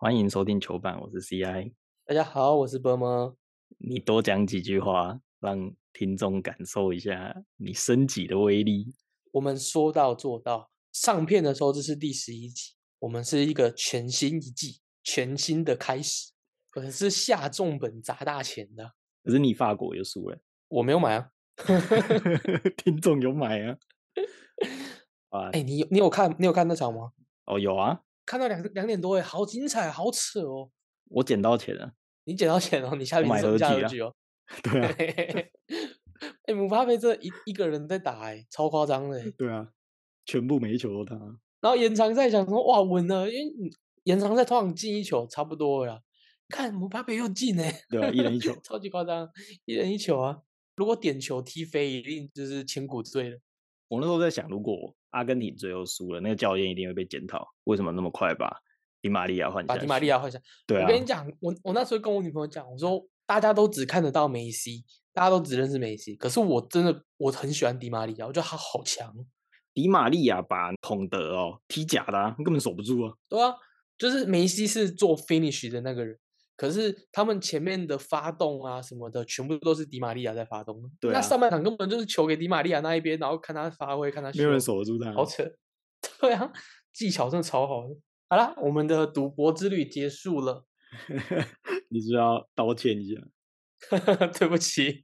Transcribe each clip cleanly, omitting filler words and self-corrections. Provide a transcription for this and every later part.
欢迎收听球板，我是 CI。 大家好，我是波波。 你多讲几句话，让听众感受一下你升级的威力。 我们说到做到，上片的时候这是第11集，我们是一个全新一季，全新的开始。可是下重本砸大钱的， 可是你法国又输了， 我没有买啊。 听众有买啊？啊， 哎、你有看那场吗？ 哦，有啊， 看到2点多，哎，好精彩，好扯哦！ 我捡到钱了， 你捡到钱哦，你下我买你下合集了。 合局哦。 对啊， 哎、姆巴佩这一个人在打，哎，超夸张的。 对啊，全部每一球都他。 然后延长赛想说哇稳了，因为你延长赛通常进一球差不多了啦。看姆巴佩又进对啊，一人一球。 超级夸张，一人一球啊！如果点球踢飞，一定就是千古罪了。 我那时候在想，如果阿根廷最后输了，那个教练一定会被检讨，为什么那么快把迪玛利亚换把迪玛利下去？ 亚换下。 对啊， 我跟你讲，我那时候跟我女朋友讲，我说大家都只看得到梅西，大家都只认识梅西，可是我真的很喜欢迪玛利亚，我觉得他好强。 迪玛利亚把孔德踢假的啊，根本守不住啊。 对啊，就是梅西是做 finish 的那个人，可是他们前面的发动啊什么的，全部都是迪玛利亚在发动。 对啊， 那上半场根本就是球给迪玛利亚那一边，然后看他发挥，看他没有人秀， 守得住他。 好扯。对啊，技巧真的超好的。好啦，我们的赌博之旅结束了。 你是要道歉一下？ 对不起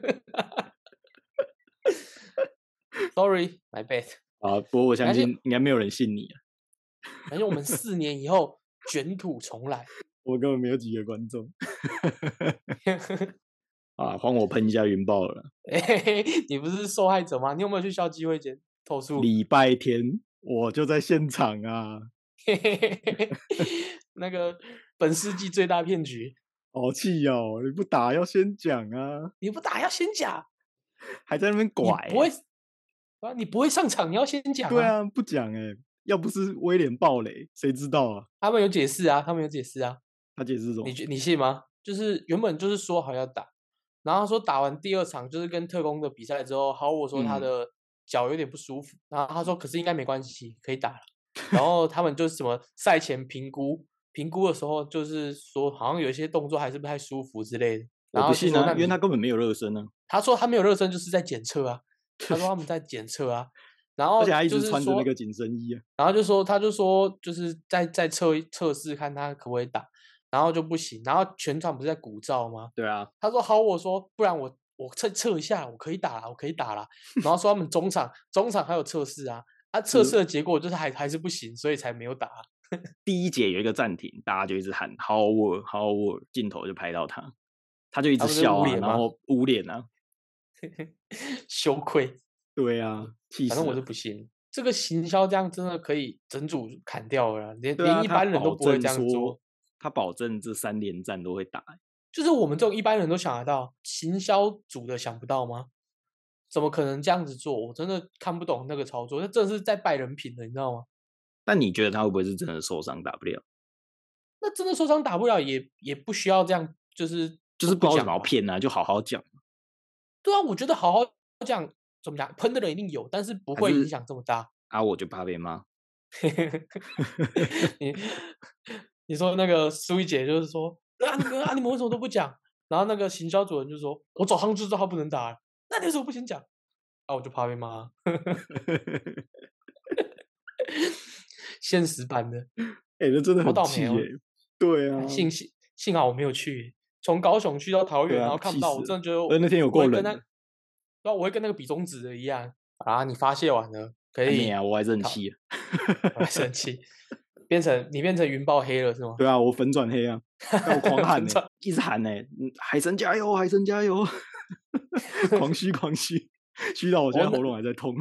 ，Sorry, my bad。 啊，不过我相而且信应该没有人信你啊， 而且我们4年以后卷土重来。 我根本没有几个观众。啊，换我喷一下云豹了。 你不是受害者吗？你有没有去校机会间投诉？ 礼拜天我就在现场啊， 那个本世纪最大骗局， 好气哦！你不打要先讲啊， 你不打要先讲， 还在那边拐、 你不会啊，你不会上场，你要先讲啊。 对啊，不讲要不是威廉暴雷，谁知道啊？ 他们有解释啊，他们有解释啊， 他解释什么？ 你信吗？就是原本就是说好要打，然后他说打完第2场就是跟特工的比赛之后，好我说他的脚有点不舒服，然后他说可是应该没关系，可以打了。然后他们就是什么赛前评估的时候，就是说好像有一些动作还是不太舒服之类的。然后就我不信啊，因为说那你他根本没有热身啊， 他说他没有热身，就是在检测啊。他说他们在检测啊，然后而且他一直就是说， 穿着那个紧身衣啊。 然后他就说就是在测试看他可不可以打，然后就不行，然后全场不是在鼓噪吗？ 对啊， 他说好，我说不然我测一下，我可以打啦，我可以打啦。然后说他们中场还有测试啊，测试的结果就是还是不行，所以才没有打。 第一节有一个暂停，大家就一直喊 Howard Howard，镜头就拍到他，他就一直他不是笑啊， 捂脸吗？ 然后捂脸啊， 羞愧。 对啊，气反正我是死了。 不信，这个行销这样真的可以整组砍掉了啦，连对啊， 一般人都不会这样做。 他保证这3连战都会打、 就是我们这种一般人都想得到，行销组的想不到吗？怎么可能这样子做？我真的看不懂那个操作，那真的是在败人品了，你知道吗？ 但你觉得他会不会是真的受伤打不了？ 那真的受伤打不了，也不需要这样，就是就是不知道为什么要吧。 骗啊，就好好讲。 对啊，我觉得好好讲，怎么讲，喷的人一定有，但是不还是会影响这么大。 啊，我就怕被骂。 你你说那个苏一姐就是说你们为什么都不讲？然后那个行销主任就说，我早上就知道他不能打了，那你为什么不先讲？啊，我就怕被骂。现实版的， 那真的好很倒霉哦。 气对啊， 幸好我没有去，从高雄去到桃园， 对啊， 然后看不到，我气死了。 真的觉得那天有我会跟那， 够冷的。 对啊，我会跟那个比中指的一样啊。你发泄完了，可以还没啊，我还是很靠， 气啊。 我还生气，你变成云豹黑了是吗？ 对啊，我粉转黑啊，我狂喊粉转一直喊海神加油，海神加油，狂嘘狂嘘，嘘到我现在喉咙还在痛。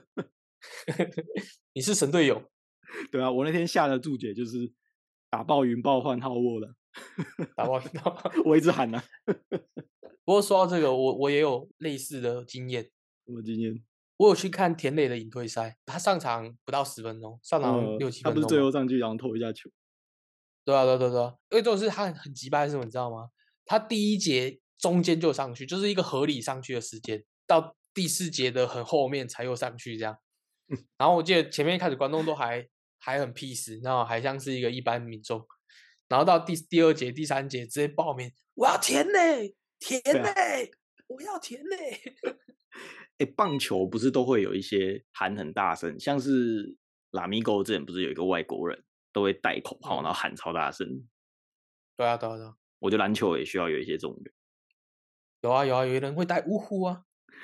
你是神队友， 对啊，我那天下的注解就是打爆云豹换浩沃了， 打爆云豹。 我一直喊啊。 不过说到这个，我也有类似的经验。 什么经验？ 我有去看田磊的引退赛，他上场不到10分钟，上场6、7 他不是分钟吧。 最后上去然后投一下球？ 对啊，对啊对啊对啊，因为这种是他很急掰是什么，你知道吗？他第1节中间就上去，就是一个合理上去的时间，到第4节的很后面才又上去这样。然后我记得前面一开始观众都还很 peace，然后还像是一个一般民众。 然后到第二节、第三节直接报名，我要填嘞，填嘞，我要填嘞。 棒球不是都会有一些喊很大声，像是拉米狗之前不是有一个外国人都会带口号，然后喊超大声。 对啊，对啊，对啊。 我觉得篮球也需要有一些这种人。 有啊，有啊，有人会带呜呼啊。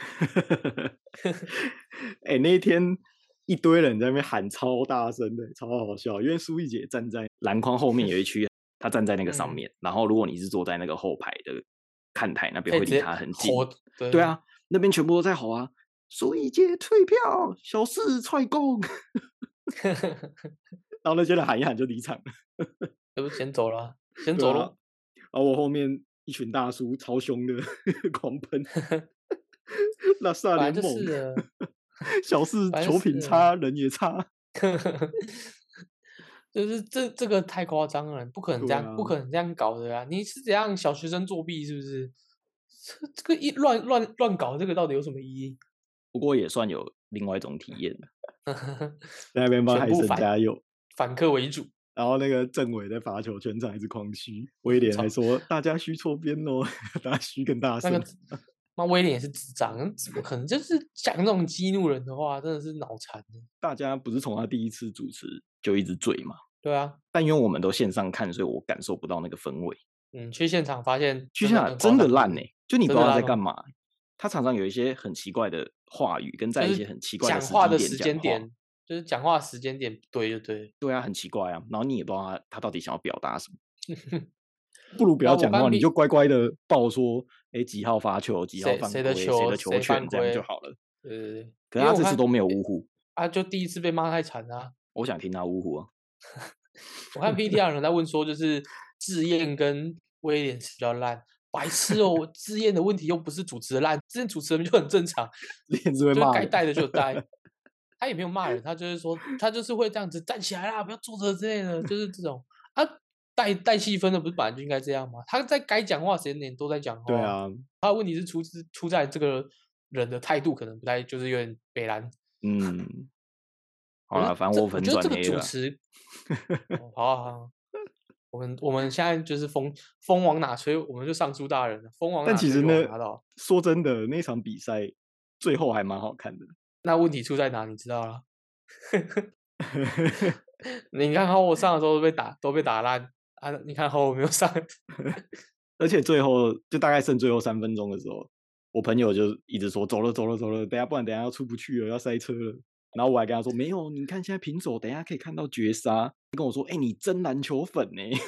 那一天一堆人在那边喊超大声的，超好笑。因为苏一姐站在篮筐后面有一区，她站在那个上面，然后如果你是坐在那个后排的看台那边，会离她很近。对啊，那边全部都在吼啊，苏一姐退票，小四踹攻。然后那些人喊一喊就离场了， 对不？先走了，先走了。 然后我后面一群大叔超凶的狂喷，那萨联盟，小四球品差，人也差。 就是这个太夸张了，不可能这样，不可能这样搞的啊！你是怎样小学生作弊是不是？这个一乱搞，这个到底有什么意义？ 不过也算有另外一种体验在那边帮海神加油， 反客为主。 然后那个政委在罚球，全场一直狂嘘，威廉还说大家嘘错边哦，大家嘘更大声。 那威廉也是智障，怎么可能？就是讲那种激怒人的话，真的是脑残。 大家不是从他第一次主持就一直醉嘛？ 对啊， 但因为我们都线上看，所以我感受不到那个氛围。 去现场发现， 去现场真的烂就你不知道在干嘛。他常常有一些很奇怪的话语，跟在一些很奇怪讲话的时间点， 就是讲话时间点不对就对。 对啊，很奇怪啊。然后你也不知道他到底想要表达什么。不如不要讲话，你就乖乖的报说，几号罚球，几号犯规，谁的球权这样就好了。可是他这次都没有呜呼啊，就第一次被骂太惨啊。 我想听他呜呼啊。 我看 PTR 有人在问说，就是智彦跟威廉比较烂，白痴哦！智彦的问题又不是主持的烂，之前主持人就很正常， 就该带的就带。他也没有骂人，他就是说，他就是会这样子站起来啦，不要坐着之类的，就是这种啊。带气氛的不是本来就应该这样吗？他在该讲话时间点都在讲话。 对啊， 他的问题是出在这个人的态度可能不太，就是有点北蓝。 好了，反正我粉转黑了。 主持，好，我们现在就是风往哪吹，我们就上书大人了。风往哪吹就往哪倒。 说真的，那场比赛最后还蛮好看的。 那问题出在哪？你知道了？你看好我上的时候都被打烂啊！你看好我没有上， 而且最后就大概剩最后3分钟的时候，我朋友就一直说走了，不然等下要出不去了，要塞车了。然后我还跟他说没有，你看现在平手，等一下可以看到绝杀。跟我说，你真篮球粉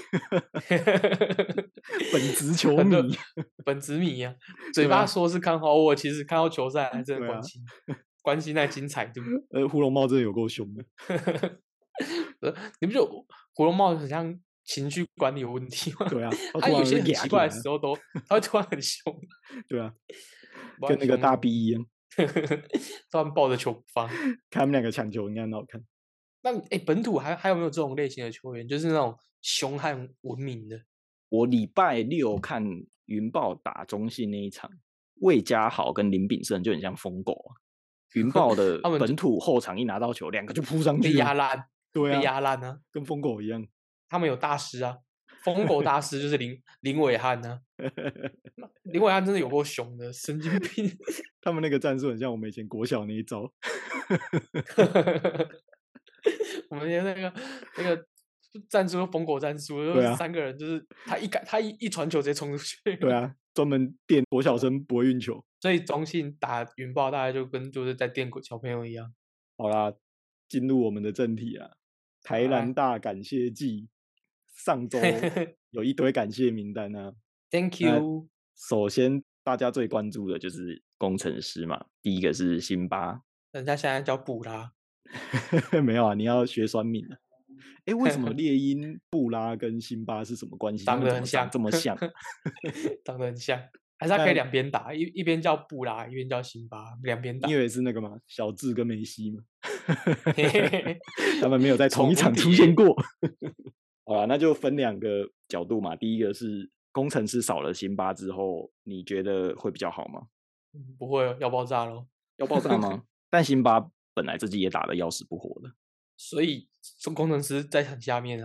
本职球迷， 本职迷啊！嘴巴说是看好我，其实看到球赛还真的关心那精彩度。 胡龙茂真的有够凶的。 你不觉得胡龙茂很像情绪管理有问题吗？ 对啊， 他有些很奇怪的时候他会突然很凶。 对啊，跟那个大 B 一样， 突然抱着球不放。 他们2个抢球应该很好看。 那本土还有没有这种类型的球员？就是那种凶悍闻名的。 我礼拜6看云豹打中信那一场，魏家豪跟林炳胜就很像疯狗啊。云豹的本土后场一拿到球，2个就扑上去， 被压烂， 对啊， 被压烂啊， 跟疯狗一样。 他们有大师啊，疯狗大师就是林伟汉啊。林伟汉真的有够凶的，神经病。 他们那个战术很像我们以前国小那一招。 我们那个战术疯狗战术，就是3个人，就是他一传球直接冲出去。 对啊，专门电国小生不会运球。 所以中信打云豹大概就跟就是在电小朋友一样。 好啦，进入我们的正题啊。台篮大感谢季，上周有一堆感谢名单啊。 Thank you。 首先大家最关注的就是工程师嘛，第一个是辛巴， 人家现在叫布拉。 没有啊，你要学酸敏啊。为什么猎鹰、布拉跟辛巴是什么关系？ 长得很像， 这么像， 长得很像，还是他可以两边打，一边叫布拉，一边叫辛巴，两边打。 你以为是那个吗？小智跟梅西吗？他们没有在同一场出现过。好啦，那就分2个角度嘛。第一个是工程师少了辛巴之后，你觉得会比较好吗？ 不会，要爆炸咯。 要爆炸吗？但辛巴本来自己也打得要死不活的， 所以工程师在很下面啊。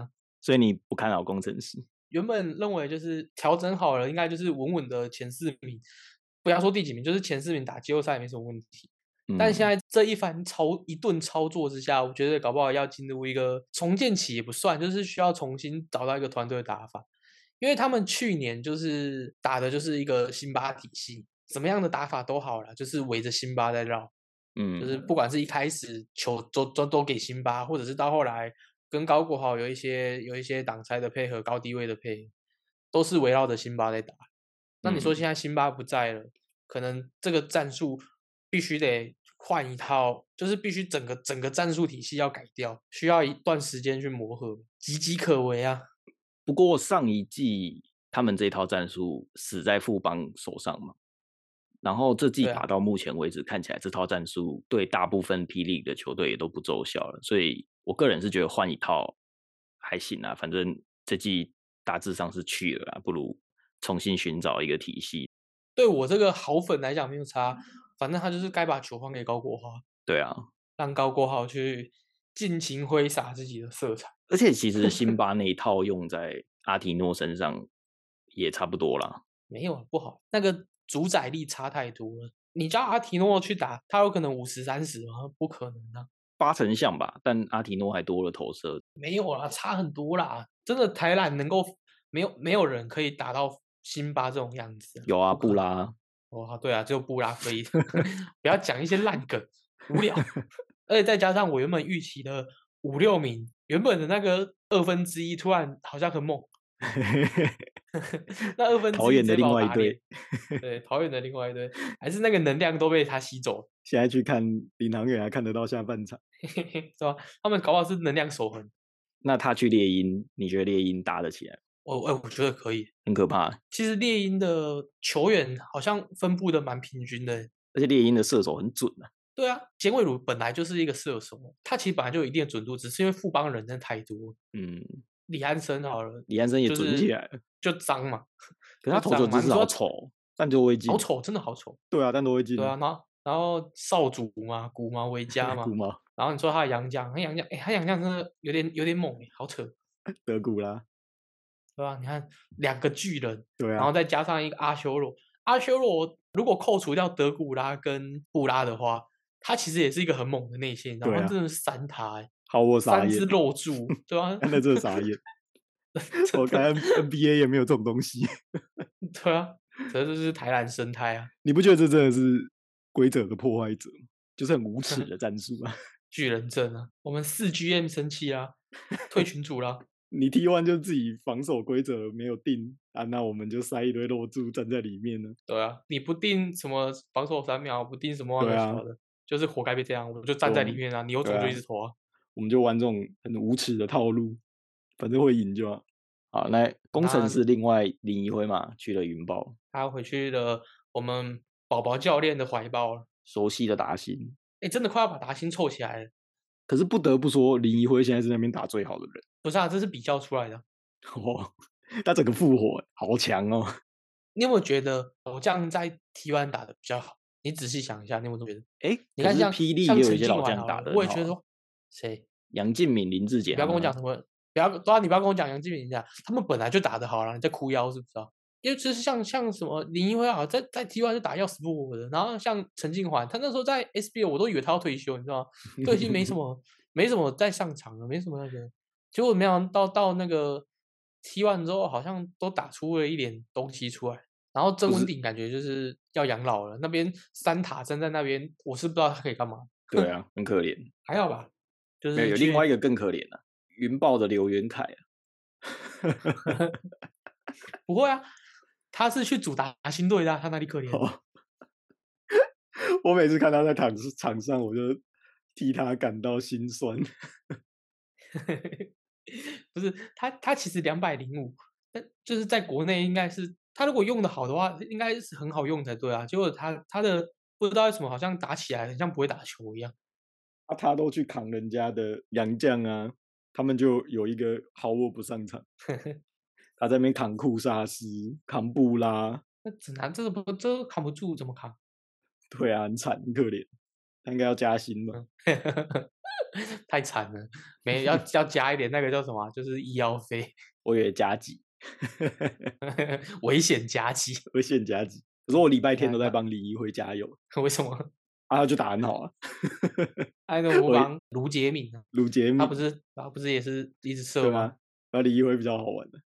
所以你不看好工程师？ 原本认为就是调整好了，应该就是稳稳的前4名，不要说第几名，就是前4名打季后赛没什么问题。但现在这一顿操作之下，我觉得搞不好要进入一个重建期也不算，就是需要重新找到一个团队的打法。因为他们去年就是打的就是一个辛巴体系，怎么样的打法都好了，就是围着辛巴在绕。就是不管是一开始球都给辛巴，或者是到后来跟高国豪有一些挡拆的配合、高低位的配合，都是围绕着辛巴在打。那你说现在辛巴不在了，可能这个战术必须得换一套，就是必须整个战术体系要改掉，需要一段时间去磨合，岌岌可危啊。 不过上一季他们这套战术死在富邦手上嘛，然后这季打到目前为止，看起来这套战术对大部分霹雳的球队也都不奏效了，所以我个人是觉得换一套还行啊，反正这季大致上是去了啦，不如重新寻找一个体系。 对我这个好粉来讲没有差，反正他就是该把球还给高国豪。 对啊， 让高国豪去尽情挥洒自己的色彩。 而且其实辛巴那一套用在阿提诺身上也差不多啦。 没有不好，那个主宰力差太多了。你叫阿提诺去打，他有可能50-30吗？不可能啊 ，8成像吧，但阿提诺还多了投射。 没有啦，差很多啦。真的台篮能够没有人可以打到辛巴这种样子。 有啊，布拉。 哦，对啊，只有布拉可以。不要讲一些烂梗，无聊。而且再加上我原本预期的5-6名，原本的那个1/2，突然好像很猛。那1/2 桃园的另外一队， 对，桃园的另外一队，还是那个能量都被他吸走了。 现在去看领航员还看得到下半场， 是吧？他们搞不好是能量守恒。 那他去猎鹰，你觉得猎鹰打得起来？ 我觉得可以， 很可怕。 其实猎鹰的球员好像分布的蛮平均的， 而且猎鹰的射手很准啊。 对啊，简伟儒本来就是一个射手，他其实本来就有一定的准度，只是因为富邦人真的太多。李安生好了， 李安生也准起来了， 就脏嘛。 可是他投球姿势好丑，但就会进。 好丑，真的好丑。 对啊，但都会进。 对啊，然后少主嘛，古毛维嘉嘛，然后你说他的洋将，他洋将真的有点猛好扯。 德古拉， 对吧？你看2个巨人， 对啊， 然后再加上一个阿修罗，阿修罗如果扣除掉德古拉跟布拉的话，他其实也是一个很猛的内线，然后真的是3塔， 好我傻眼， 3只肉柱，对吧？ 看得真的傻眼。我看 NBA 也没有这种东西。 对啊，这就是台篮生态啊！ 你不觉得这真的是规则的破坏者，就是很无耻的战术啊？ 巨人阵啊，我们4GM 生气啦，退群组啦。 你 T1 就自己防守规则没有定啊，那我们就塞一堆肉柱站在里面呢。 对啊，你不定什么防守3秒，不定什么忘个小的，就是活该被这样，我就站在里面啊，你有种就一直投啊。 我们就玩这种很无耻的套路，反正会赢就好。好，那工程师另外林一辉嘛去了云豹， 他回去了我们宝宝教练的怀抱了， 熟悉的达欣。 真的快要把达欣凑起来了。 可是不得不说，林一辉现在是那边打最好的人。 不是啊，这是比较出来的。 哦，他整个复活好强哦。 你有没有觉得我这样在 T1 打的比较好？你仔细想一下，你有没有觉得？你看像霹雳也有一些老将打的， 我也觉得说谁？ 杨敬敏、林志杰， 不要跟我讲什么，你不要跟我讲杨敬敏讲，他们本来就打得好了，你在哭腰是不是啊？因为就是像什么林一辉啊，在 T1 就打要死不活的，然后像陈静环，他那时候在 SBL 我都以为他要退休，你知道吗？都已经没什么在上场了，没什么那个，结果没想到那个 T1 之后，好像都打出了一点东西出来。然后曾文鼎感觉就是要养老了，那边3塔站在那边，我是不知道他可以干嘛。 对啊，很可怜。 还好吧，就是有另外一个更可怜啊，云豹的刘元凯啊。 不会啊，他是去主打新队的，他哪里可怜？ 我每次看他在场上，我就替他感到心酸。 不是他其实205，但就是在国内应该是他如果用的好的话，应该是很好用才对啊。结果他的不知道为什么好像打起来很像不会打球一样。 他都去扛人家的洋将啊，他们就有一个好我不上场。他在那边扛库萨斯、扛布拉， 那指南这扛不住，怎么扛？ 对啊，很惨，很可怜。他应该要加薪嘛。 太惨了，要加一点那个叫什么啊，就是医药费， 我以为加急， 危险加急。 会限加急。可是我礼拜天都在天哪， 帮李一辉加油， 为什么？ 啊，他就打很好啊。 爱的模我仿卢杰敏啊， 鲁杰敏， 他不是也是一直射对啊， 吗？ 然后李一辉比较好玩的，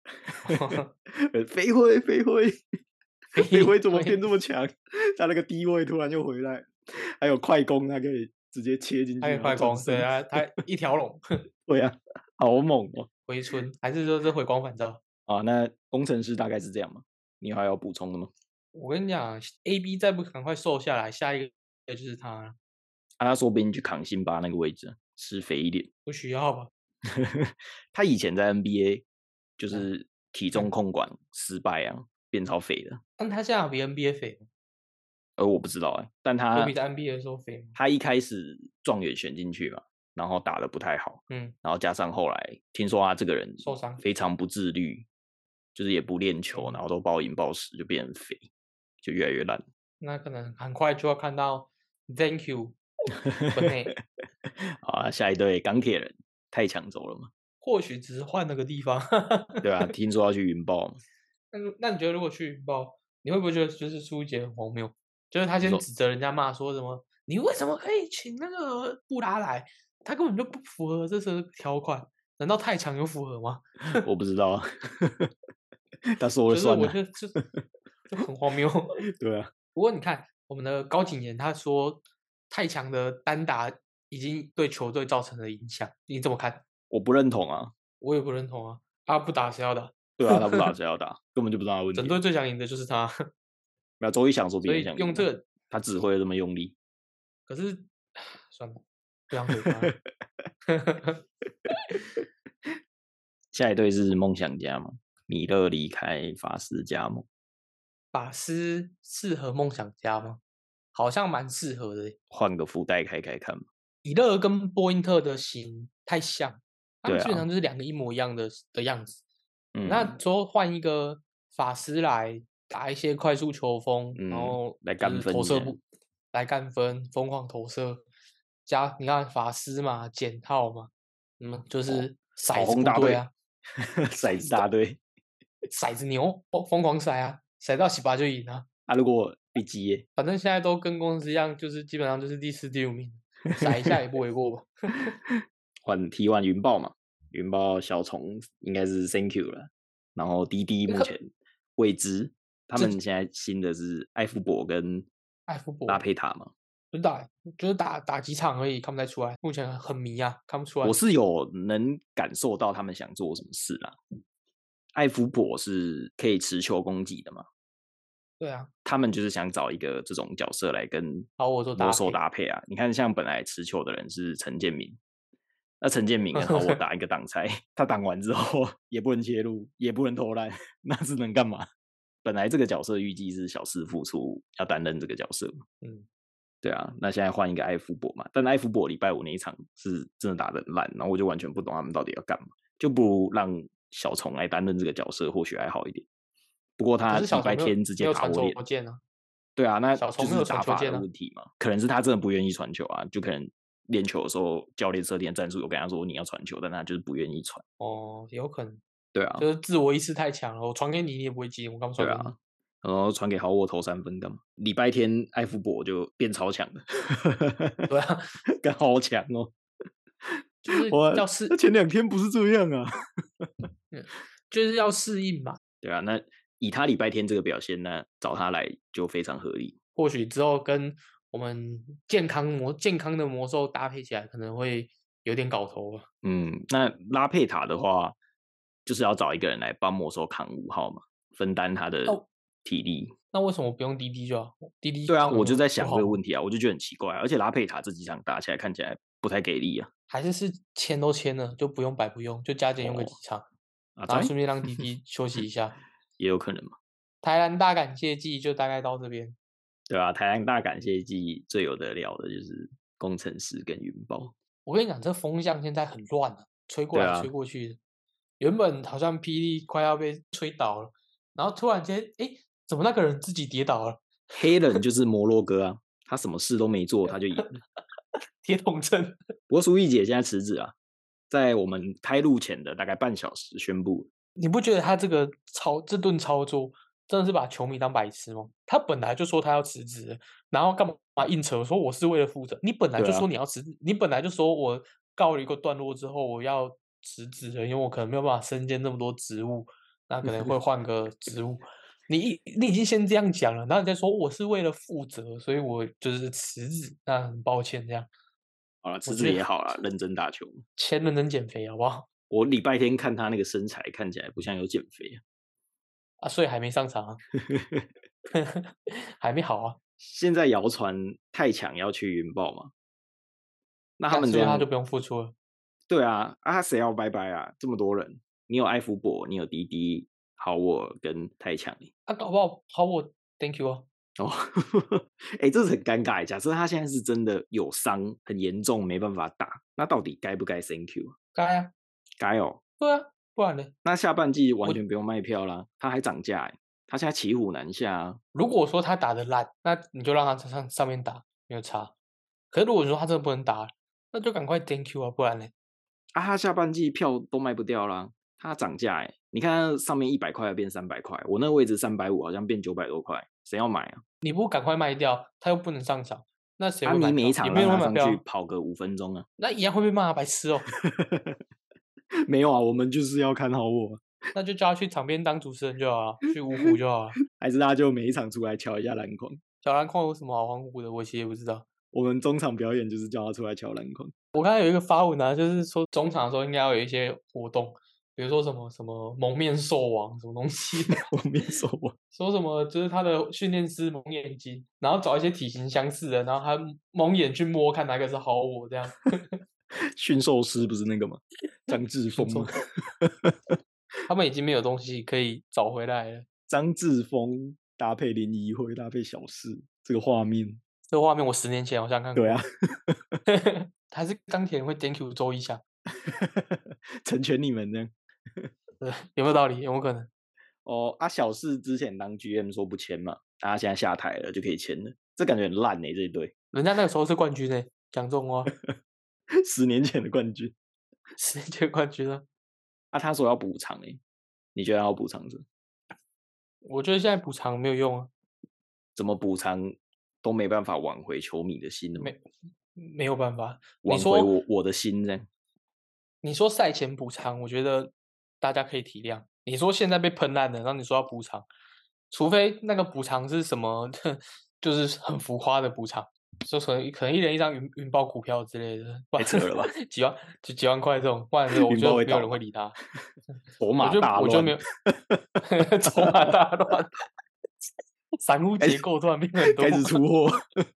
飞灰飞灰飞灰怎么变这么强？他那个低位突然又回来，还有快攻，他可以直接切进去， 还有然后快攻， 转身对。啊，他一条龙对啊，好猛哦！ 回春，还是说这回光返照？ 啊，那工程师大概是这样吗？你还有要补充的吗？ 我跟你讲，AB 再不赶快瘦下来，下一个就是他了， 啊，他说不定去扛辛巴那个位置啊，吃肥一点。 不需要吧？ 他以前在 NBA 就嗯是体重控管失败啊，变超肥的。 但他现在有比 NBA 肥吗？ 我不知道哎、但他有比在 NBA 的时候肥吗？ 他一开始状元选进去嘛，然后打的不太好， 嗯， 然后加上后来听说他这个人受伤非常不自律，就是也不练球，然后都暴饮暴食，就变很肥，就越来越烂。 那可能很快就要看到 Thank you 分内， 好啊，下一队钢铁人太抢走了嘛？ 或许只是换了个地方。 对啊，听说要去云豹嘛？ 那你觉得如果去云豹，你会不会觉得就是苏一杰很荒谬？就是他你说先指责人家骂说什么，你为什么可以请那个布拉来？他根本就不符合这次条款，难道太强有符合吗？ 我不知道啊，他说了就是算了。 我觉得就很荒谬。 对啊， 不过你看我们的高景言，他说太强的单打已经对球队造成了影响，你怎么看？ 我不认同啊。 我也不认同啊，他不打谁要打？ 对啊，他不打谁要打，根本就不知道他的问整题啊。 队最想赢的就是他， 没有，周一想说别所以人想赢啊， 用这个， 他指挥的这么用力。 可是算了，不想回他了。 下一队是梦想家嘛？米勒离开法师加盟， 法师适合梦想家吗？好像蛮适合的耶。 换个福袋开看嘛。 以勒跟波因特的型太像，他们对啊， 基本上就是两个一模一样的样子。那嗯说换一个法师来打一些快速球风，然后来就是干分一下。 投射不来干分，疯狂投射，加你看法师嘛，减套嘛，就是跑骰子部轰大队队啊， 骰子大队骰子牛，疯狂骰啊，骰到18就赢啊。 啊！如果被击耶， 反正现在都跟公司一样，就是基本上就是第4、第5名，骰一下也不为过吧。 换 T1 云豹嘛，云豹小虫应该是 Thank you 了，然后滴滴目前未知，他们现在新的是艾夫伯跟艾夫伯拉佩塔嘛。 就是打几场而已，看不太出来。目前很迷啊，看不出来。 我是有能感受到他们想做什么事啦。艾夫伯是可以持球攻击的嘛？ 对啊， 他们就是想找一个这种角色来跟好我做魔兽搭搭配啊。你看，像本来持球的人是陈建明，那陈建明跟好我打一个挡拆，他挡完之后也不能切入，也不能投篮，那是能干嘛？本来这个角色预计是小四复出要担任这个角色嘛。对啊，那现在换一个艾夫伯嘛，但艾夫伯礼拜五那一场是真的打得很烂，然后我就完全不懂他们到底要干嘛，就不如让小虫来担任这个角色，或许还好一点。不过他礼拜天直接打我脸， 箭啊。 对啊，那小就是虫没有传打法的球键啊问题嘛，可能是他真的不愿意传球啊，就可能练球的时候教练设定的战术有跟他说你要传球，但他就是不愿意传。 哦，有可能， 对啊， 就是自我意识太强了。我传给你，你也不会接，我刚传给你。 对啊，然后传给好我投3分干嘛？礼拜天艾夫伯就变超强了， 对啊， 干好强哦。 就是我要适， 那前2天不是这样啊。 就是要适应嘛。 对啊，那以他礼拜天这个表现呢，找他来就非常合理。 或许之后跟我们健康的魔兽搭配起来，可能会有点搞头吧。 那拉佩塔的话，就是要找一个人来帮魔兽扛5号嘛，分担他的体力。 那为什么不用滴滴就好？滴滴对啊，我就在想这个题， 问题啊，我就觉得很奇怪啊。而且拉佩塔这几场打起来看起来不太给力啊。 还是签都签了，就不用白不用，就加减用个几场，然后顺便让滴滴休息一下， 也有可能嘛。 台南大感谢季就大概到这边。 对啊，台南大感谢季最有得了的就是工程师跟云豹。 我跟你讲，这风向现在很乱啊，吹过来吹过去的。原本好像霹雳快要被吹倒了，然后突然间，怎么那个人自己跌倒了？ 黑人就是摩洛哥啊，他什么事都没做他就赢了。 铁桶阵。 不过苏奕姐现在辞职啊，在我们开录前的大概半小时宣布。 你不觉得他这顿操作真的是把球迷当白痴吗？他本来就说他要辞职，然后干嘛硬扯说我是为了负责？你本来就说你要辞职，你本来就说我告了一个段落之后我要辞职了，因为我可能没有办法身兼那么多职务，那可能会换个职务。你已经先这样讲了，然后你再说我是为了负责，所以我就是辞职，那很抱歉这样。 好了，辞职我觉得也好了，认真打球。 先认真减肥好不好？ 我礼拜天看他那个身材，看起来不像有减肥啊，所以还没上场啊，还没好啊， 现在谣传太强要去云豹嘛，那他们这样所以他就不用付出了。 对啊，啊谁要拜拜啊？这么多人，你有艾福伯，你有滴滴，好我跟太强啊，搞不好好我 Thank you 啊。 哦，哎、这是很尴尬。假设他现在是真的有伤，很严重，没办法打，那到底该不该 Thank you 啊？ 该啊， 该哦。 对啊，不然呢？ 那下半季完我全不用卖票啦，他还涨价他现在骑虎难下啊。 如果说他打得烂，那你就让他上面打，没有差。可是如果说他真的不能打，那就赶快 Thank you 啊，不然呢？ 啊，他下半季票都卖不掉啦，他涨价你看上面100块要变300块，我那个位置350好像变900多块，谁要买啊？ 你不赶快卖掉，他又不能上场，那谁啊，你每一会买票？也没场让他上有人买票啊， 去跑个5分钟啊？ 那一样会被骂白痴哦。 没有啊，我们就是要看好我， 那就叫他去场边当主持人就好了，去五虎就好了。 还是他就每一场出来敲一下篮筐？ 小篮筐有什么好欢呼的？我其实也不知道。 我们中场表演就是叫他出来敲篮筐。 我刚才有一个发文啊，就是说中场的时候应该要有一些活动，比如说什么蒙面兽王什么东西， 我没说我说什么就是他的训练师蒙眼睛，然后找一些体型相似的，然后他蒙眼去摸看哪个是好我这样。 驯兽师不是那个吗？张志峰吗？ 他们已经没有东西可以找回来了。 张志峰搭配林怡辉搭配小四，这个画面， 这个画面我10年前好像看过。 对啊， 还是钢铁人会 Thank you 周一翔， 成全你们呢。 有没有道理？有没有可能？ 哦，小四之前当 GM 说不签嘛，他现在下台了就可以签了，这感觉很烂这一队。 人家那个时候是冠军呢，讲这种话 10年前的冠军世界冠军啊！ 他说要补偿你觉得要补偿什么？ 我觉得现在补偿没有用啊， 怎么补偿都没办法挽回球迷的心了吗？ 没有办法。你挽回说我的心这样。 你说赛前补偿，我觉得大家可以体谅。你说现在被喷烂了，然后你说要补偿，除非那个补偿是什么，就是很浮夸的补偿，说可能一人一张云豹股票之类的， 太扯了吧？ 几万块这种，不然我云觉得没有豹会倒吗？ 人会理他。 筹码大乱， 我就没有筹码大乱，散户结构突然变很多， 开始出货，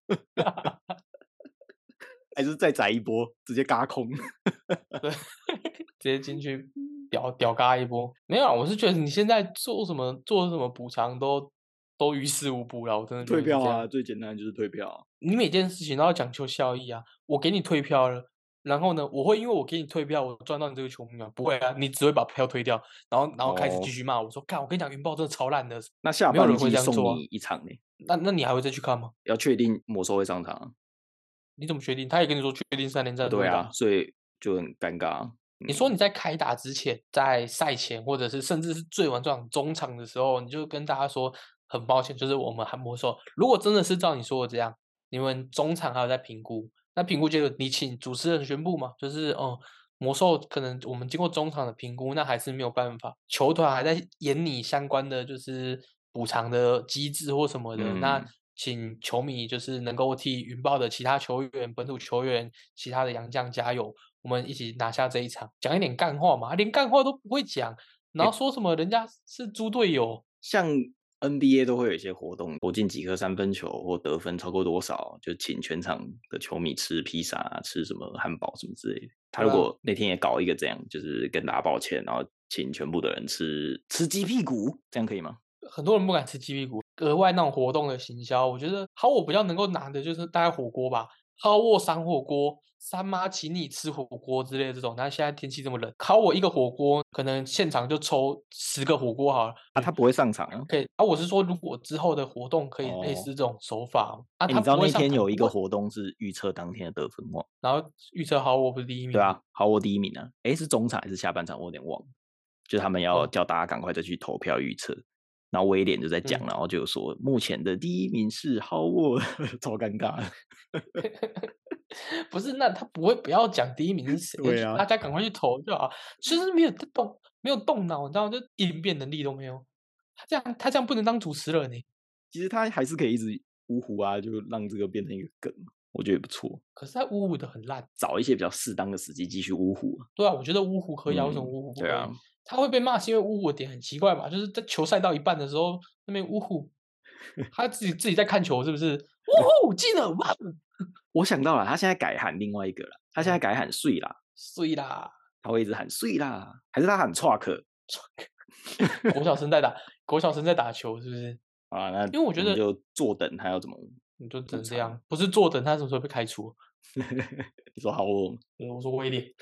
还是再宰一波，直接嘎空。 对，直接进去屌嘎一波。没有啊，我是觉得你现在做什么补偿都于事无补了，我真的觉得退票啊， 是这样。 最简单的就是退票啊。 你每件事情都要讲求效益啊。我给你退票了，然后呢，我会因为我给你退票，我赚到你这个球迷吗？不会啊，你只会把票退掉，然后开始继续骂我说，干，我跟你讲，云豹真的超烂的。 那下没有人会半季送这样做啊。 你一场呢？ 那你还会再去看吗？ 要确定魔兽会上场啊。 你怎么确定？他也跟你说确定3连战都会打。 对啊，所以就很尴尬啊。 你说你在开打之前，在赛前，或者是甚至是最晚这场中场的时候，你就跟大家说，很抱歉，就是我们韩魔兽，如果真的是照你说的这样，你们中场还有在评估，那评估结果你请主持人宣布嘛，就是魔兽可能我们经过中场的评估，那还是没有办法，球团还在研拟相关的就是补偿的机制或什么的，那请球迷就是能够替云豹的其他球员、本土球员、其他的洋将加油，我们一起拿下这一场，讲一点干话嘛，连干话都不会讲，然后说什么人家是猪队友， 像 NBA 都会有一些活动，投进几颗3分球或得分超过多少，就请全场的球迷吃披萨、吃什么汉堡什么之类的。他如果那天也搞一个这样，就是跟大家抱歉，然后请全部的人吃鸡屁股，这样可以吗？ 很多人不敢吃鸡屁股，额外那种活动的行销，我觉得好，我比较能够拿的就是大概火锅吧。 烤我3火锅，三妈请你吃火锅之类的这种。但现在天气这么冷，烤我1个火锅，可能现场就抽10个火锅好了。 啊，他不会上场啊。 可以啊，我是说，如果之后的活动可以类哦， 似这种手法啊， 你知道他不会上那天有一场不会， 个活动是预测当天的得分王？ 然后预测好我不是第一名吗？ 对啊，好，我第1名啊。是中场还是下半场？我有点忘了。就是他们要哦， 叫大家赶快再去投票预测。然后威廉就在讲， 嗯， 然后就说目前的第1名是 Howard，超尴尬的。 不是，那他不会不要讲第一名是谁， 对啊， 大家赶快去投就好。其实没有动脑，你知道，就应变能力都没有。他这样不能当主持人呢。 其实他还是可以一直呜呼啊，就让这个变成一个梗，我觉得也不错。 可是他呜呼的很烂。 找一些比较适当的时机继续呜呼啊。 对啊，我觉得呜呼可以啊，为什么嗯， 呜呼不对啊， 可以？他会被骂是因为呜呼的点很奇怪吧？就是在球赛到一半的时候，那边呜呼，他自己在看球是不是？呜呼进了，哇！ 我想到了，他现在改喊另外一个了，他现在改喊睡啦， 碎啦！ 他会一直喊睡啦，还是他喊 truck 国小生在打，国小生在打球是不是？ 啊？那因为我觉得我们就坐等他要怎么你就只补偿。 能这样，不是坐等他什么时候被开除。 你说好我我说威廉，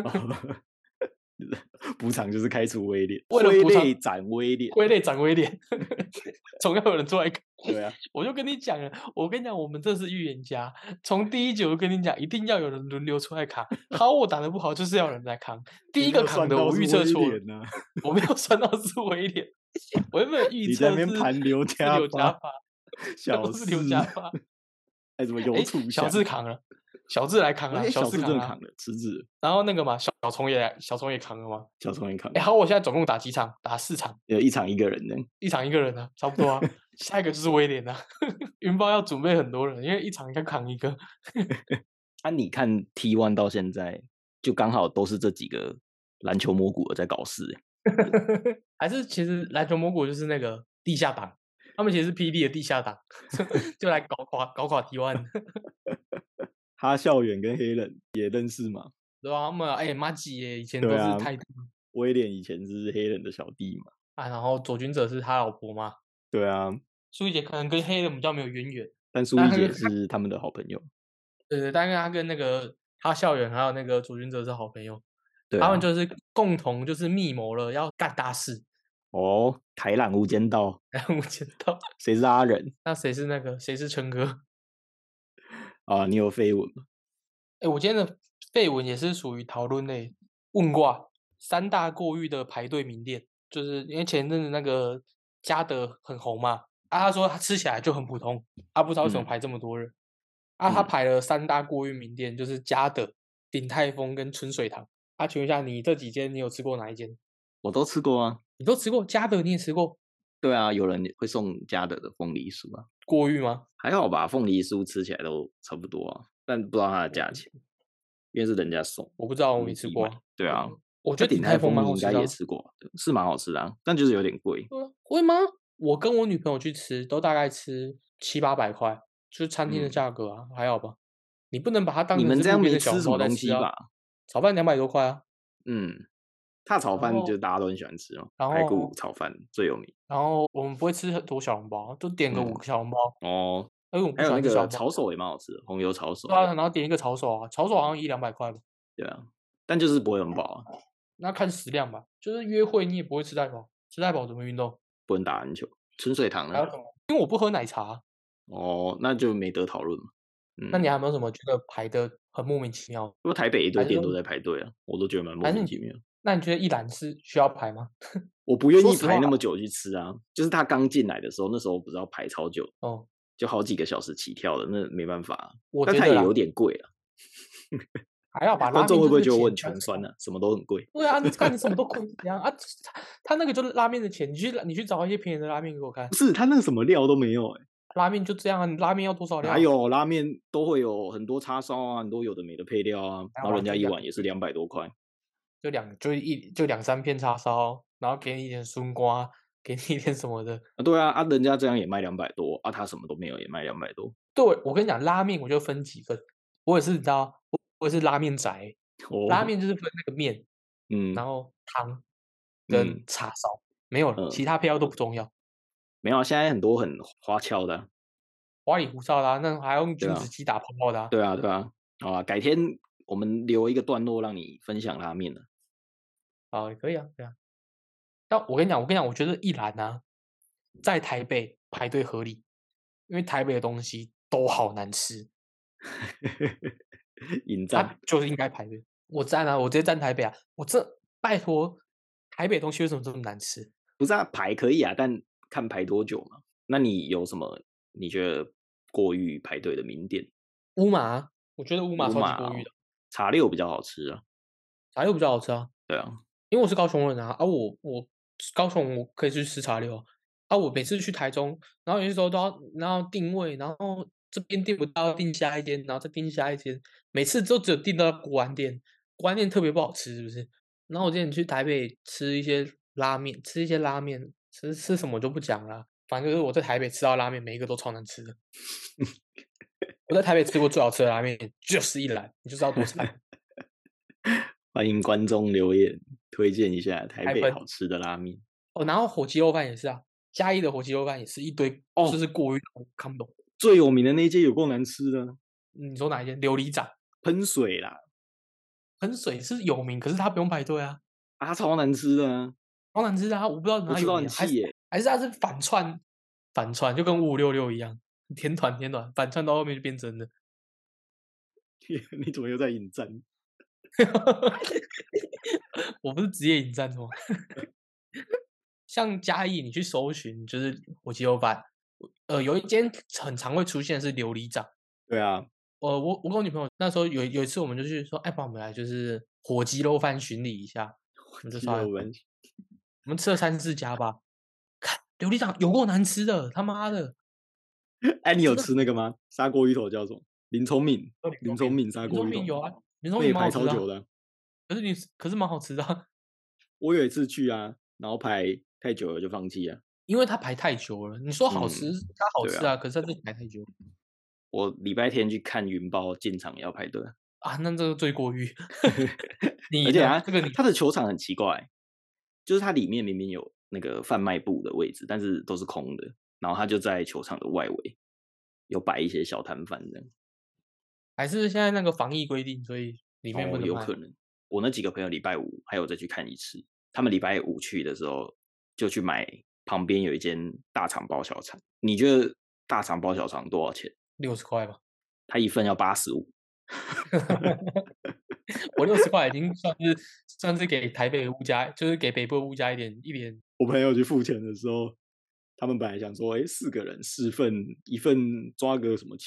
补偿就是开除威廉， 为了补偿挥泪斩威廉。 挥泪斩威廉，总要有人出来扛。 对啊， 我就跟你讲了，我跟你讲，我们这是预言家，从第一集我就跟你讲，一定要有人轮流出来扛。好，我打得不好，就是要有人来扛。第你没有一个扛的，我算到是威预测错了， 廉呐、 我没有算到是威廉，我原本预你在那测边盘刘是家发， 刘家发， 小都是刘事， 家发。 还什么有哎，小楚祥？ 智扛了，小智来扛了，小小智扛了。 智真的扛了，辞职， 然后那个嘛，小虫也扛了嘛。 小聪也扛， 哎，好，我现在总共打几场？打4场， 一场一个人呢。 一场一个人啊，差不多啊。下一个就是威廉啊，云豹要准备很多人，因为一场应该扛一个。 啊，你看 T1 到现在，就刚好都是这几个篮球蘑菇在搞事、 还是其实篮球魔鬼就是那个地下党，他们其实是 PD 的地下党，就来搞垮 T1， 哈校园跟黑人也认识嘛？ 对吧？他们哎马吉耶以前都对啊， 是泰迪威廉以前是黑人的小弟嘛？ 啊，然后左军者是他老婆嘛， 对啊， 苏一姐可能跟黑人比较没有渊源， 但苏一姐是他们的好朋友。 对，但是他跟那个他校园还有那个左军者是好朋友， 对啊， 他们就是共同就是密谋了要干大事， 哦，台朗无间道， 然后我知道， 谁是阿仁那谁是那个谁是陈哥？ 啊？你有绯闻吗？ 哎，我今天的绯闻也是属于讨论类，问卦三大过誉的排队名店，就是因为前阵子那个嘉德很红嘛，啊，他说他吃起来就很普通，啊，不知道为什么嗯排这么多人，啊，他嗯， 排了三大过誉名店，就是嘉德、鼎泰丰跟春水堂。啊，请问一下，你这几间你有吃过哪一间？ 我都吃过啊。 你都吃过，嘉德你也吃过， 对啊，有人会送嘉德的凤梨酥啊， 过誉吗？ 还好吧，凤梨酥吃起来都差不多啊，但不知道它的价钱，因为是人家送， 我不知道，我不是自己买。 没吃过啊。 对啊， 我觉那鼎泰得鼎泰丰丰你应该蛮好吃的啊。 也吃过吧，是蛮好吃的啊，但就是有点贵。 会吗？我跟我女朋友去吃，都大概吃700-800块，就是餐厅的嗯， 价格啊，还好吧？你不能把它当你们这样成是路边没吃什么的小笼包在吃啊。 东西吧？ 炒饭200多块啊， 嗯，踏炒饭就然后大家都很喜欢吃哦， 然排骨后炒饭最有名。 然后我们不会吃很多小笼包，就点个嗯， 5个小笼包， 哦， 因为我们不还有那喜欢吃小笼包。 个炒手也蛮好吃的，红油炒手。 对啊，然后点一个炒手啊，炒手好像100-200块吧， 对啊，但就是不会很饱啊， 那看食量吧。就是约会你也不会吃太饱，吃太饱怎么运动？ 不能打篮球。春水堂呢？ 还有什么？因为我不喝奶茶， 哦，那就没得讨论嘛。 那你嗯， 还有没有什么觉得排的很莫名其妙？ 不过台北一堆还是说店都在排队啊，我都觉得蛮莫还是你名其妙。 那你觉得一兰是需要排吗？ 我不愿意说实话排那么久去吃啊，就是他刚进来的时候，那时候不知道排超久， 哦， 就好几个小时起跳的，那没办法啊。 我觉得啦， 但它也有点贵啊， 还要把拉观众会面就是不会觉得我很钱穷酸呢？什么都很贵。 对啊，你看你什么都亏怎样啊？他那个就是拉面的钱，你去找一些便宜的拉面给我看不，是他那个什么料都没有哎、 拉面就这样啊，你拉面要多少料？ 哪有拉面都会有很多叉烧啊，很多有的没的配料啊，然后人家一碗也是200多块。 就两三片叉烧，然后给你一点笋瓜，给你一点什么的。 啊，对啊，啊，人家这样也卖200多啊，他什么都没有也卖200多。 对，我跟你讲，拉面我就分几份，我也是你知道，我也是拉面宅，拉哦， 面就是分那个面，然嗯后汤跟嗯叉烧，没有了，其嗯， 他配料都不重要。 没有啊，现在很多很花俏的啊花里胡哨的啊，那还要用对啊君子鸡打泡泡的啊。 对啊，对啊，好啊，改天我们留一个段落让你分享拉面了。 啊，也可以啊，对啊。但我跟你讲，我觉得一兰啊，在台北排队合理，因为台北的东西都好难吃， 引它战就是应该排队。我站啊，我直接站台北啊，我这拜托，台北东西为什么这么难吃？ 不是啊，排可以啊，但看排多久嘛。那你有什么你觉得过誉排队的名店？ 乌马，我觉得乌马乌超级过誉的， 马哦茶六比较好吃啊。 茶六比较好吃啊。 对啊， 因为我是高雄人啊，我高雄我可以去吃茶六啊，我每次去台中，然后有些时候都要定位，然后这边订不到订下一间，然后再订下一间，每次都只有订到国安店，国安店特别不好吃，是不是？然后我之前去台北吃一些拉面，吃什么就不讲了，反正就是我在台北吃到拉面，每一个都超难吃的。我在台北吃过最好吃的拉面就是一兰，你就知道多惨。 欢迎观众留言推荐一下台海喷北好吃的拉面。 哦，然后火鸡肉饭也是啊，嘉义的火鸡肉饭也是一堆， 哦就是过于我看不懂。 最有名的那一间有够难吃的， 你说哪一间？琉璃掌喷水啦， 喷水是有名，可是它不用排队啊， 啊，超难吃的啊， 超难吃的啊，我不知道我吃到哪有名啊，还是很气耶。 还是它是反串，就跟5566一样，天团反串到后面就变真的。 你怎么又在引战？ 我不是职业引战的吗？像嘉义，你去搜寻就是火鸡肉饭，有一间很常会出现是琉璃掌。 对啊， 我跟我女朋友那时候有一次，我们就去说，哎，帮我们来就是火鸡肉饭巡礼一下，我们就鸡说， 肉饭。 我们吃了3、4家吧，看琉璃掌有够难吃的，他妈的， 哎，你有真的吃那个吗？砂锅鱼头叫什么？林聪明，林聪明砂林聪锅鱼头， 明有啊，林聪明那也排蛮好吃的啊， 超久的啊。 可是蛮好吃的啊， 我有一次去啊，然后排太久了就放弃了。 因为它排太久了。你说好吃， 嗯， 它好对啊， 吃啊，可是它就是排太久我礼拜天去看云豹进场也要排队。 啊，那这个最过誉。你呢？ 而且啊， 这个你它的球场很奇怪，就是它里面明明有那个贩卖部的位置，但是都是空的，然后它就在球场的外围有摆一些小摊贩这样。 还是现在那个防疫规定，所以里面不哦， 能卖。 有可能。我那几个朋友礼拜五还有再去看一次，他们礼拜五去的时候就去买旁边有一间大肠包小肠。你觉得大肠包小肠多少钱？ 60块吧， 它一份要85。 我60块已经算是给台北的物价，就是给北部的物价一点。 我朋友去付钱的时候，他们本来想说，哎，4个人4份，一份抓个什么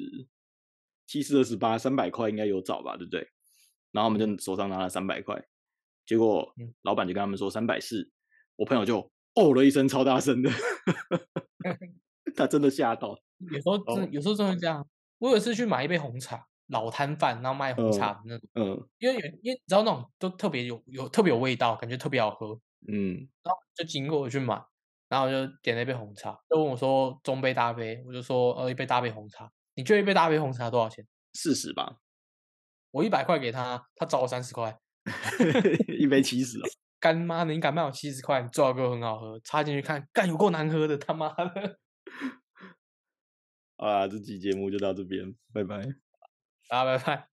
70，7028，300块应该有找吧，对不对？然后我们就手上拿了300块，结果老板就跟他们说340，我朋友就哦了一声，超大声的，他真的吓到。 有时候真的这样。我有一次去买一杯红茶，老摊贩，然后卖红茶的那种， 嗯因为你知道那种都特别特别有味道，感觉特别好喝， 嗯， 然后就经过我去买，然后我就点了一杯红茶，就问我说中杯大杯，我就说一杯大杯红茶，你觉得一杯大杯红茶多少钱？ 40吧， 我100块给他，他找我30块， 一杯70哦。 干妈的，你敢卖我70块？你最好给我很好喝，插进去看，干有够难喝的，他妈的！ 好啦，这期节目就到这边，拜拜。 大家拜拜。